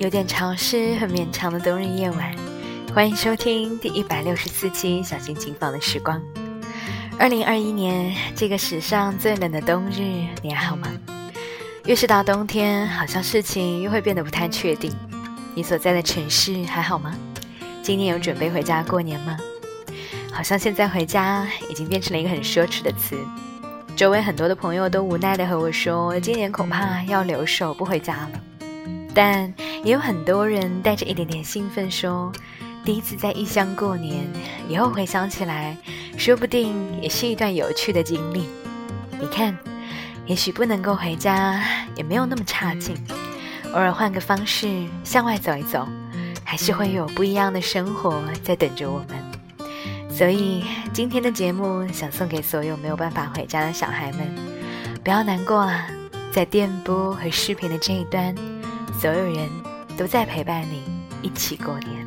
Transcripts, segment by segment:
有点潮湿和绵长的冬日夜晚，欢迎收听第164期小心情放的时光。2021年这个史上最冷的冬日，你还好吗？越是到冬天，好像事情又会变得不太确定。你所在的城市还好吗？今年有准备回家过年吗？好像现在回家已经变成了一个很奢侈的词，周围很多的朋友都无奈地和我说，今年恐怕要留守不回家了。但也有很多人带着一点点兴奋说，第一次在异乡过年，以后回想起来，说不定也是一段有趣的经历。你看，也许不能够回家，也没有那么差劲，偶尔换个方式向外走一走，还是会有不一样的生活在等着我们。所以今天的节目想送给所有没有办法回家的小孩们，不要难过啊，在电波和视频的这一端，所有人都在陪伴你一起过年。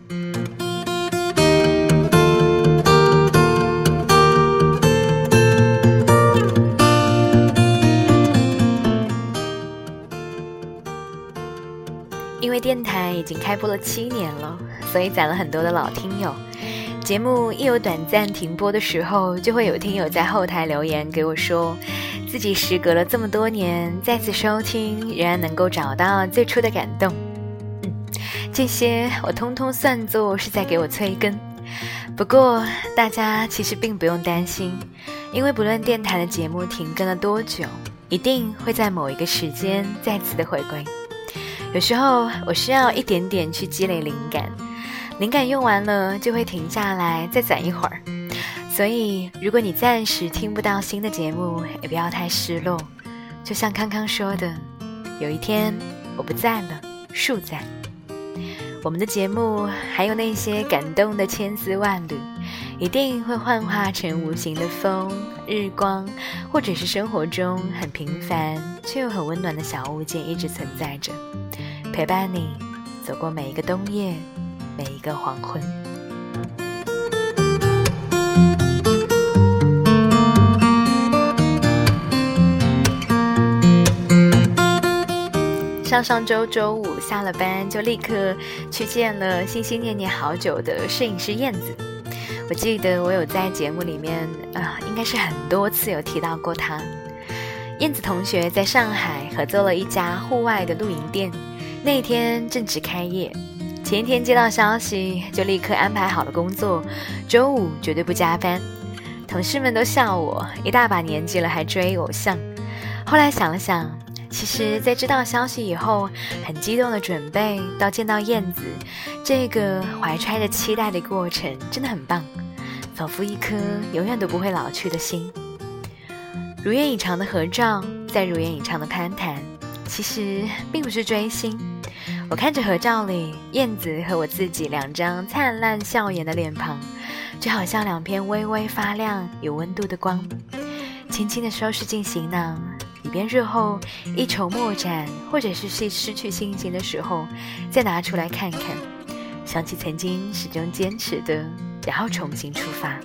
因为电台已经开播了7年了，所以攒了很多的老听友。节目一有短暂停播的时候，就会有听友在后台留言给我说，自己时隔了这么多年再次收听，仍然能够找到最初的感动。这些我通通算作是在给我催更。不过大家其实并不用担心，因为不论电台的节目停更了多久，一定会在某一个时间再次的回归。有时候我需要一点点去积累灵感，灵感用完了就会停下来再攒一会儿。所以如果你暂时听不到新的节目，也不要太失落。就像康康说的，有一天我不在了，树在。我们的节目还有那些感动的千丝万缕，一定会幻化成无形的风、日光，或者是生活中很平凡却又很温暖的小物件一直存在着，陪伴你走过每一个冬夜，每一个黄昏。上周周五下了班就立刻去见了心心念念好久的摄影师燕子。我记得我有在节目里面应该是很多次有提到过她。燕子同学在上海合作了一家户外的露营店，那一天正值开业，前一天接到消息就立刻安排好了工作，周五绝对不加班。同事们都笑我一大把年纪了还追偶像。后来想了想，其实在知道消息以后，很激动的准备到见到燕子，这个怀揣着期待的过程真的很棒，仿佛一颗永远都不会老去的心。如愿以偿的合照，再如愿以偿的攀谈，其实并不是追星。我看着合照里燕子和我自己两张灿烂笑颜的脸庞，就好像两片微微发亮有温度的光，轻轻地收拾进行囊，以便日后一筹莫展或者是失去信心的时候再拿出来看看，想起曾经始终坚持的，然后重新出发。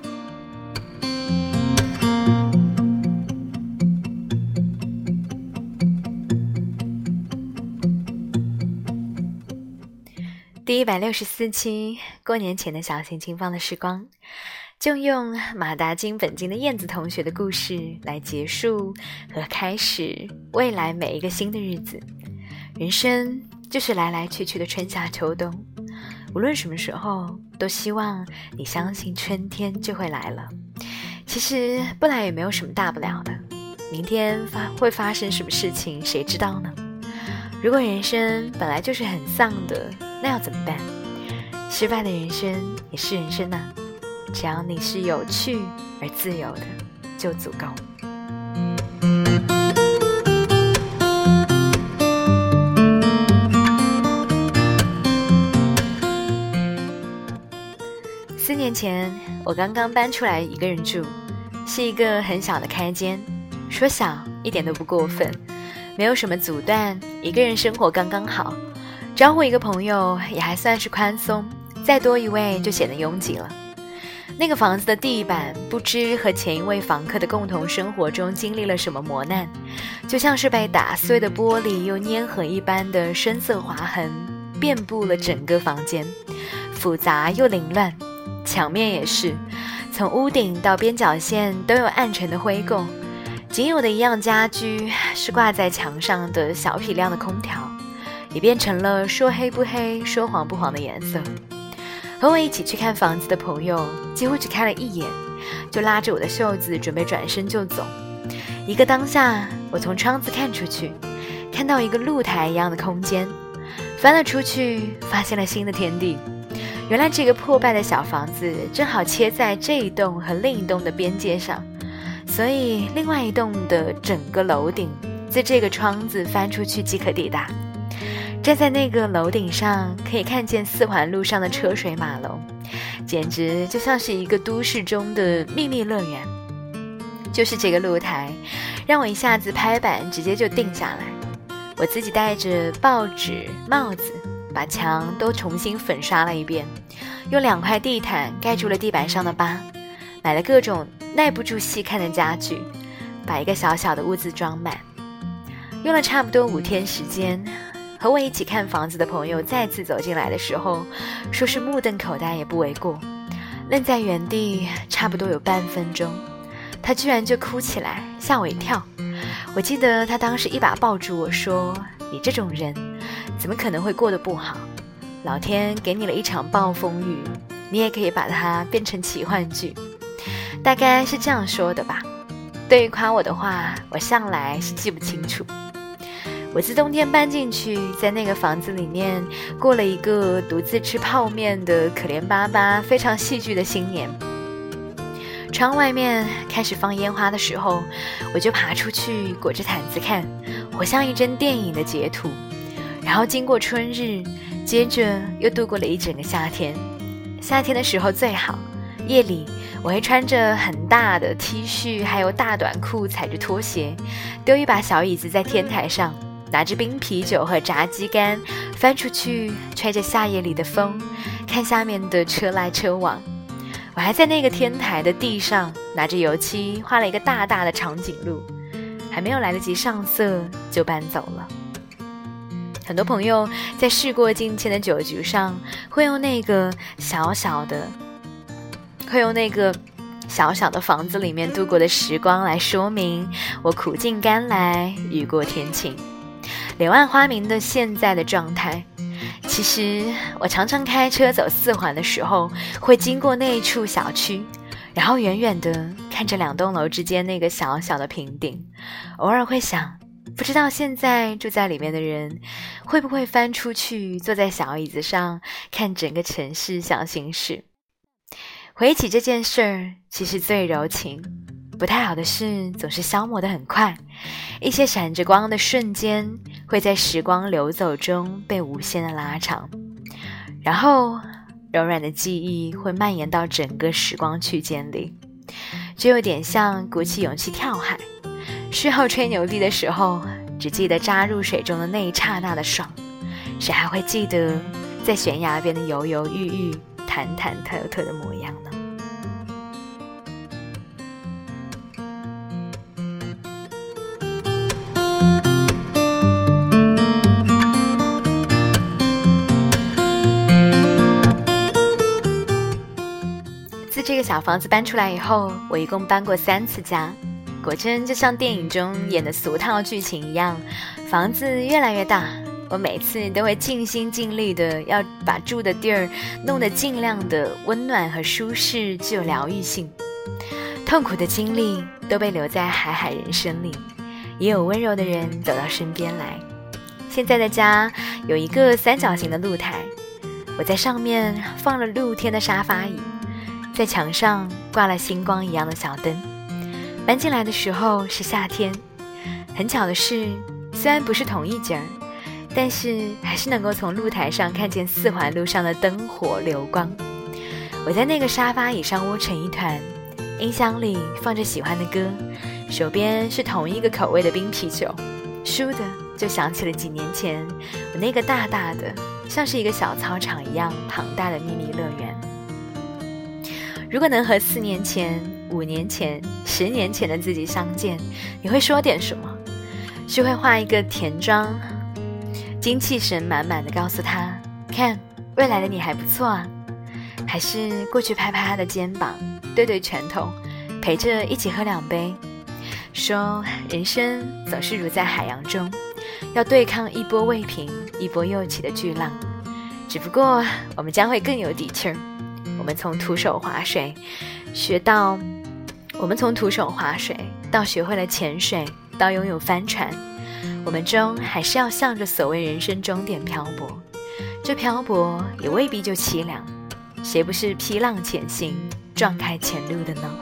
第164期过年前的小心轻放的时光，就用马达经本经的燕子同学的故事来结束和开始未来每一个新的日子。人生就是来来去去的春夏秋冬，无论什么时候都希望你相信春天就会来了。其实不来也没有什么大不了的，明天会发生什么事情谁知道呢？如果人生本来就是很丧的，那要怎么办？失败的人生也是人生啊，只要你是有趣而自由的就足够。4年前我刚刚搬出来一个人住，是一个很小的开间，说小一点都不过分，没有什么阻断，一个人生活刚刚好，招呼一个朋友也还算是宽松，再多一位就显得拥挤了。那个房子的地板不知和前一位房客的共同生活中经历了什么磨难，就像是被打碎的玻璃又粘合一般的深色划痕， 遍布了整个房间，复杂又凌乱，墙面也是，从屋顶到边角线都有暗沉的灰垢。仅有的一样家居是挂在墙上的小匹量的空调，也变成了说黑不黑说黄不黄的颜色。和我一起去看房子的朋友几乎只看了一眼，就拉着我的袖子准备转身就走。一个当下，我从窗子看出去，看到一个露台一样的空间，翻了出去，发现了新的天地。原来这个破败的小房子正好切在这一栋和另一栋的边界上，所以另外一栋的整个楼顶在这个窗子翻出去即可抵达。站在那个楼顶上，可以看见4环路上的车水马龙，简直就像是一个都市中的秘密乐园。就是这个露台让我一下子拍板直接就定下来。我自己带着报纸帽子把墙都重新粉刷了一遍，用2块地毯盖住了地板上的疤，买了各种耐不住细看的家具，把一个小小的屋子装满。用了差不多5天时间，和我一起看房子的朋友再次走进来的时候，说是目瞪口呆也不为过，愣在原地差不多有半分钟，他居然就哭起来，吓我一跳。我记得他当时一把抱住我说，你这种人怎么可能会过得不好，老天给你了一场暴风雨，你也可以把它变成奇幻剧，大概是这样说的吧。对于夸我的话，我向来是记不清楚。我自冬天搬进去，在那个房子里面过了一个独自吃泡面的可怜巴巴非常戏剧的新年。窗外面开始放烟花的时候，我就爬出去裹着毯子看，活像一帧电影的截图。然后经过春日，接着又度过了一整个夏天。夏天的时候最好，夜里我会穿着很大的 T 恤还有大短裤，踩着拖鞋，丢一把小椅子在天台上，拿着冰啤酒和炸鸡肝翻出去，吹着夏夜里的风，看下面的车来车往。我还在那个天台的地上拿着油漆画了一个大大的长颈鹿，还没有来得及上色就搬走了。很多朋友在事过境迁的酒局上会用那个小小的房子里面度过的时光来说明我苦尽甘来，雨过天晴，柳暗花明的现在的状态。其实我常常开车走4环的时候，会经过那一处小区，然后远远的看着2栋楼之间那个小小的平顶，偶尔会想，不知道现在住在里面的人会不会翻出去，坐在小椅子上看整个城市小形式。回忆起这件事儿，其实最柔情。不太好的事总是消磨得很快，一些闪着光的瞬间会在时光流走中被无限的拉长，然后柔软的记忆会蔓延到整个时光区间里，就有点像鼓起勇气跳海，事后吹牛逼的时候只记得扎入水中的那一刹那的爽，谁还会记得在悬崖边的犹犹豫豫忐忐忑忑的模样呢？自这个小房子搬出来以后，我一共搬过3次家，果真就像电影中演的俗套剧情一样，房子越来越大，我每次都会尽心尽力的要把住的地儿弄得尽量的温暖和舒适，具有疗愈性。痛苦的经历都被留在海海人生里，也有温柔的人走到身边来。现在的家有一个3角形的露台，我在上面放了露天的沙发椅，在墙上挂了星光一样的小灯。搬进来的时候是夏天，很巧的是，虽然不是同一家，但是还是能够从露台上看见4环路上的灯火流光。我在那个沙发椅上窝成一团，音箱里放着喜欢的歌，手边是同一个口味的冰啤酒，倏地就想起了几年前我那个大大的像是一个小操场一样庞大的秘密乐园。如果能和4年前、5年前、10年前的自己相见，你会说点什么？是会画一个田庄，精气神满满的告诉他， 看，未来的你还不错啊。还是过去拍拍他的肩膀，对对拳头，陪着一起喝2杯，说人生总是如在海洋中，要对抗一波未平一波又起的巨浪，只不过我们将会更有底气儿。我们从徒手划水到学会了潜水，到拥有帆船，我们终还是要向着所谓人生终点漂泊。这漂泊也未必就凄凉，谁不是劈浪前行，撞开前路的呢？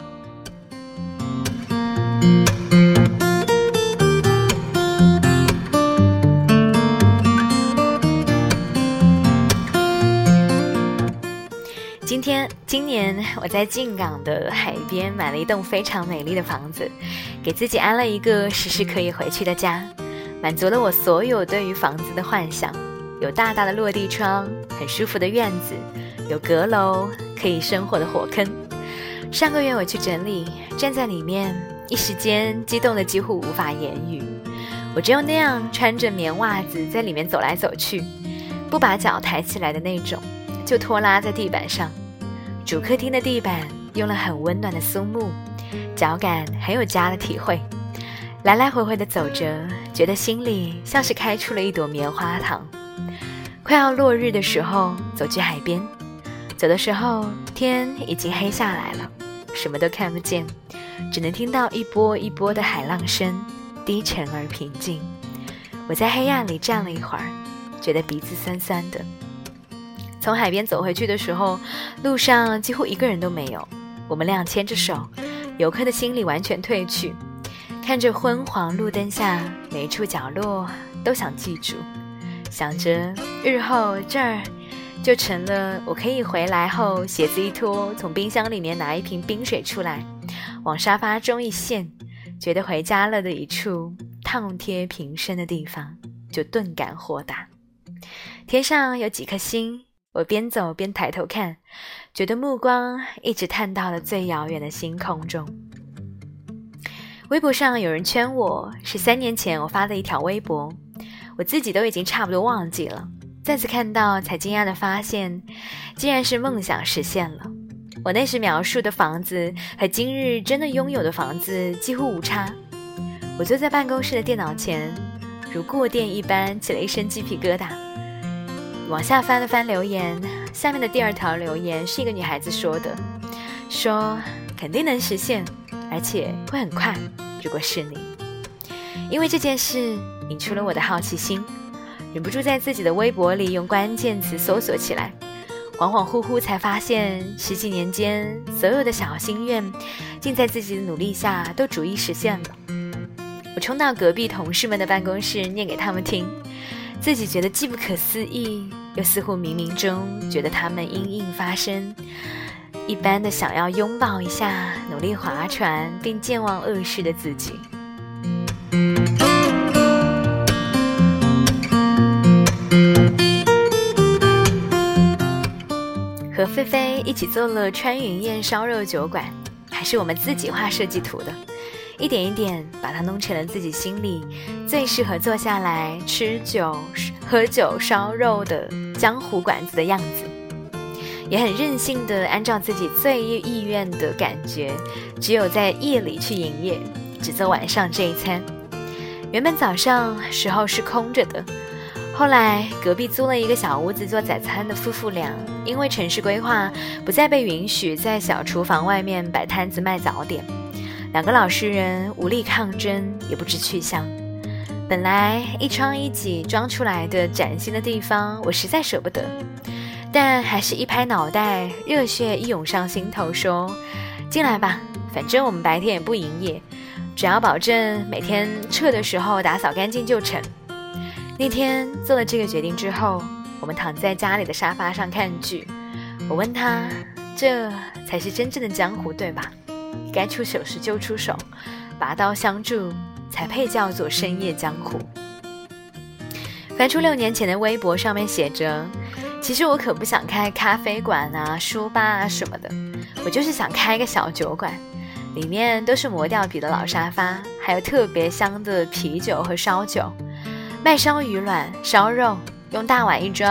今年我在靖港的海边买了一栋非常美丽的房子，给自己安了一个时时可以回去的家，满足了我所有对于房子的幻想。有大大的落地窗，很舒服的院子，有阁楼，可以生火的火坑。上个月我去整理，站在里面，一时间激动的几乎无法言语。我只有那样穿着棉袜子在里面走来走去，不把脚抬起来的那种，就拖拉在地板上。主客厅的地板用了很温暖的苏木，脚感很有家的体会。来来回回的走着，觉得心里像是开出了一朵棉花糖。快要落日的时候，走去海边，走的时候天已经黑下来了，什么都看不见，只能听到一波一波的海浪声，低沉而平静。我在黑暗里站了一会儿，觉得鼻子酸酸的。从海边走回去的时候，路上几乎一个人都没有，我们俩牵着手，游客的心里完全褪去，看着昏黄路灯下每一处角落都想记住，想着日后这儿就成了我可以回来后鞋子一脱，从冰箱里面拿一瓶冰水出来，往沙发中一陷，觉得回家了的一处烫贴平生的地方，就顿感豁达。天上有几颗星，我边走边抬头看，觉得目光一直探到了最遥远的星空中。微博上有人圈我，是3年前我发的一条微博，我自己都已经差不多忘记了，再次看到才惊讶地发现，竟然是梦想实现了。我那时描述的房子和今日真的拥有的房子几乎无差。我坐在办公室的电脑前，如过电一般起了一身鸡皮疙瘩。往下翻了翻留言，下面的第2条留言是一个女孩子说的，说肯定能实现，而且会很快，如果是你。因为这件事引出了我的好奇心，忍不住在自己的微博里用关键词搜索起来，恍恍惚惚才发现10几年间所有的小心愿竟在自己的努力下都逐一实现了。我冲到隔壁同事们的办公室念给他们听，自己觉得既不可思议，又似乎冥冥中觉得他们因应发生一般的想要拥抱一下努力划船并健忘恶事的自己。和菲菲一起做了川云宴烧肉酒馆，还是我们自己画设计图的，一点一点把它弄成了自己心里最适合坐下来吃酒喝酒烧肉的江湖馆子的样子，也很任性的按照自己最意愿的感觉，只有在夜里去营业，只做晚上这一餐。原本早上时候是空着的，后来隔壁租了一个小屋子做早餐的夫妇俩，因为城市规划不再被允许在小厨房外面摆摊子卖早点，2个老实人无力抗争，也不知去向。本来一窗一几装出来的崭新的地方，我实在舍不得，但还是一拍脑袋，热血一涌上心头，说进来吧，反正我们白天也不营业，只要保证每天撤的时候打扫干净就成。那天做了这个决定之后，我们躺在家里的沙发上看剧，我问他，这才是真正的江湖对吧？该出手时就出手，拔刀相助才配叫做深夜江湖。翻出6年前的微博，上面写着，其实我可不想开咖啡馆啊书吧啊什么的，我就是想开个小酒馆，里面都是磨掉皮的老沙发，还有特别香的啤酒和烧酒，卖烧鱼卵烧肉，用大碗一装，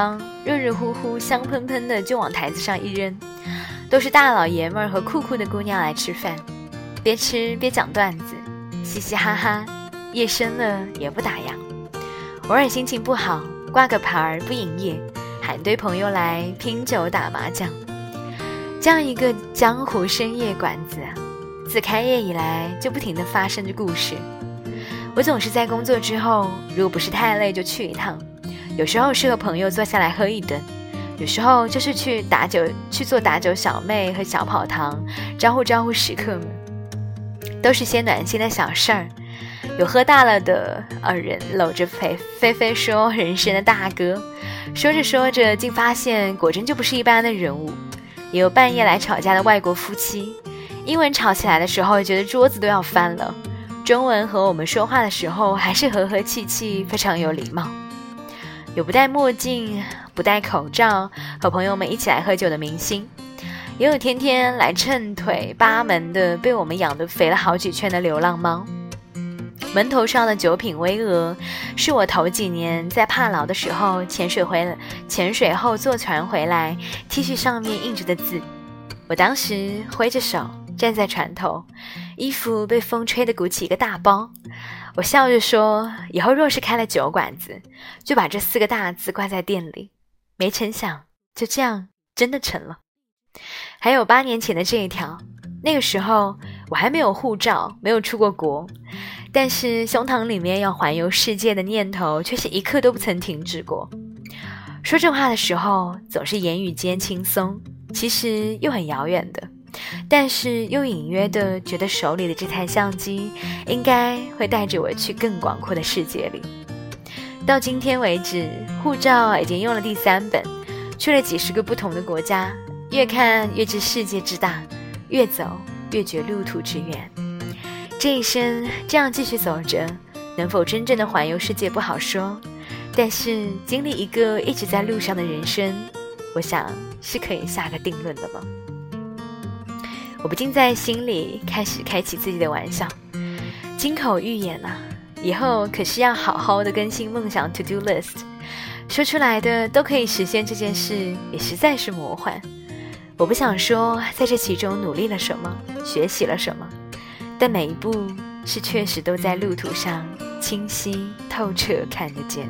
热热乎乎、香喷喷的就往台子上一扔，都是大老爷们儿和酷酷的姑娘来吃饭，边吃边讲段子，嘻嘻哈哈，夜深了也不打烊。偶尔心情不好，挂个牌儿不营业，喊堆朋友来拼酒打麻将。这样一个江湖深夜馆子啊，自开业以来就不停地发生着故事。我总是在工作之后，如果不是太累就去一趟，有时候是和朋友坐下来喝一顿，有时候就是去做打酒小妹和小跑堂，招呼招呼食客们，都是些暖心的小事儿。有喝大了的人搂着菲菲说人生的大哥，说着说着竟发现果真就不是一般的人物。也有半夜来吵架的外国夫妻，英文吵起来的时候觉得桌子都要翻了，中文和我们说话的时候还是和和气气，非常有礼貌。有不戴墨镜不戴口罩和朋友们一起来喝酒的明星，也有天天来秤腿八门的被我们养得肥了好几圈的流浪猫。门头上的九品巍峨是我头几年在帕劳的时候潜水后坐船回来 T 恤上面印着的字。我当时挥着手站在船头，衣服被风吹得鼓起一个大包。我笑着说，以后若是开了酒馆子，就把这4个大字挂在店里。没成想就这样真的成了。还有8年前的这一条，那个时候我还没有护照，没有出过国，但是胸膛里面要环游世界的念头却是一刻都不曾停止过。说这话的时候总是言语间轻松，其实又很遥远的，但是又隐约的觉得手里的这台相机应该会带着我去更广阔的世界里。到今天为止，护照已经用了第3本，去了几10个不同的国家，越看越知世界之大，越走越觉路途之远。这一生这样继续走着，能否真正的环游世界不好说，但是经历一个一直在路上的人生，我想是可以下个定论的吧。我不禁在心里开启自己的玩笑，金口玉言啊，以后可是要好好的更新梦想 to do list， 说出来的都可以实现这件事，也实在是魔幻。我不想说在这其中努力了什么，学习了什么，但每一步是确实都在路途上清晰透彻看得见。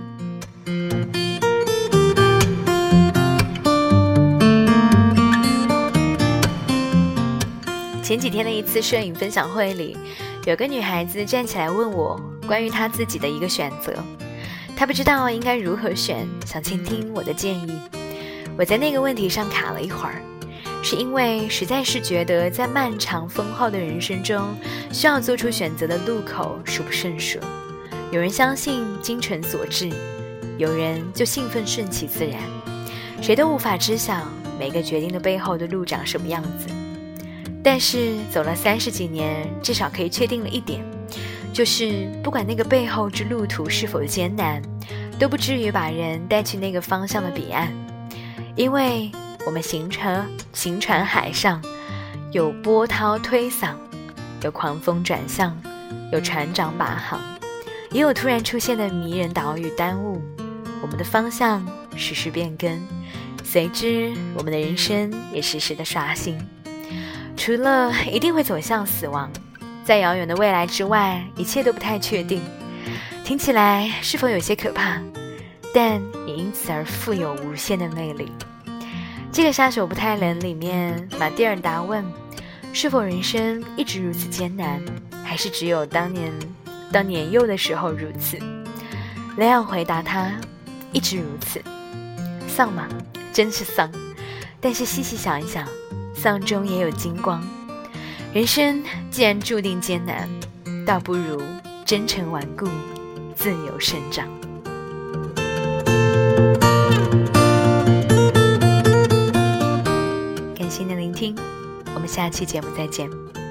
前几天的一次摄影分享会里，有个女孩子站起来问我关于她自己的一个选择，她不知道应该如何选，想倾听我的建议。我在那个问题上卡了一会儿，是因为实在是觉得在漫长丰厚的人生中，需要做出选择的路口数不胜数。有人相信精诚所至，有人就兴奋顺其自然，谁都无法知晓每个决定的背后的路长什么样子。但是走了30几年，至少可以确定了一点，就是不管那个背后之路途是否艰难，都不至于把人带去那个方向的彼岸。因为我们行船海上，有波涛推搡，有狂风转向，有船长把航，也有突然出现的迷人岛屿耽误。我们的方向时时变更，随之我们的人生也时时的刷新。除了一定会走向死亡，在遥远的未来之外，一切都不太确定。听起来是否有些可怕，但也因此而富有无限的魅力。这个杀手不太冷里面，马蒂尔达问，是否人生一直如此艰难，还是只有当年幼的时候如此？雷昂回答他，一直如此。丧吗？真是丧。但是细细想一想，丧中也有金光。人生既然注定艰难，倒不如真诚顽固，自由生长。感谢您的聆听，我们下期节目再见。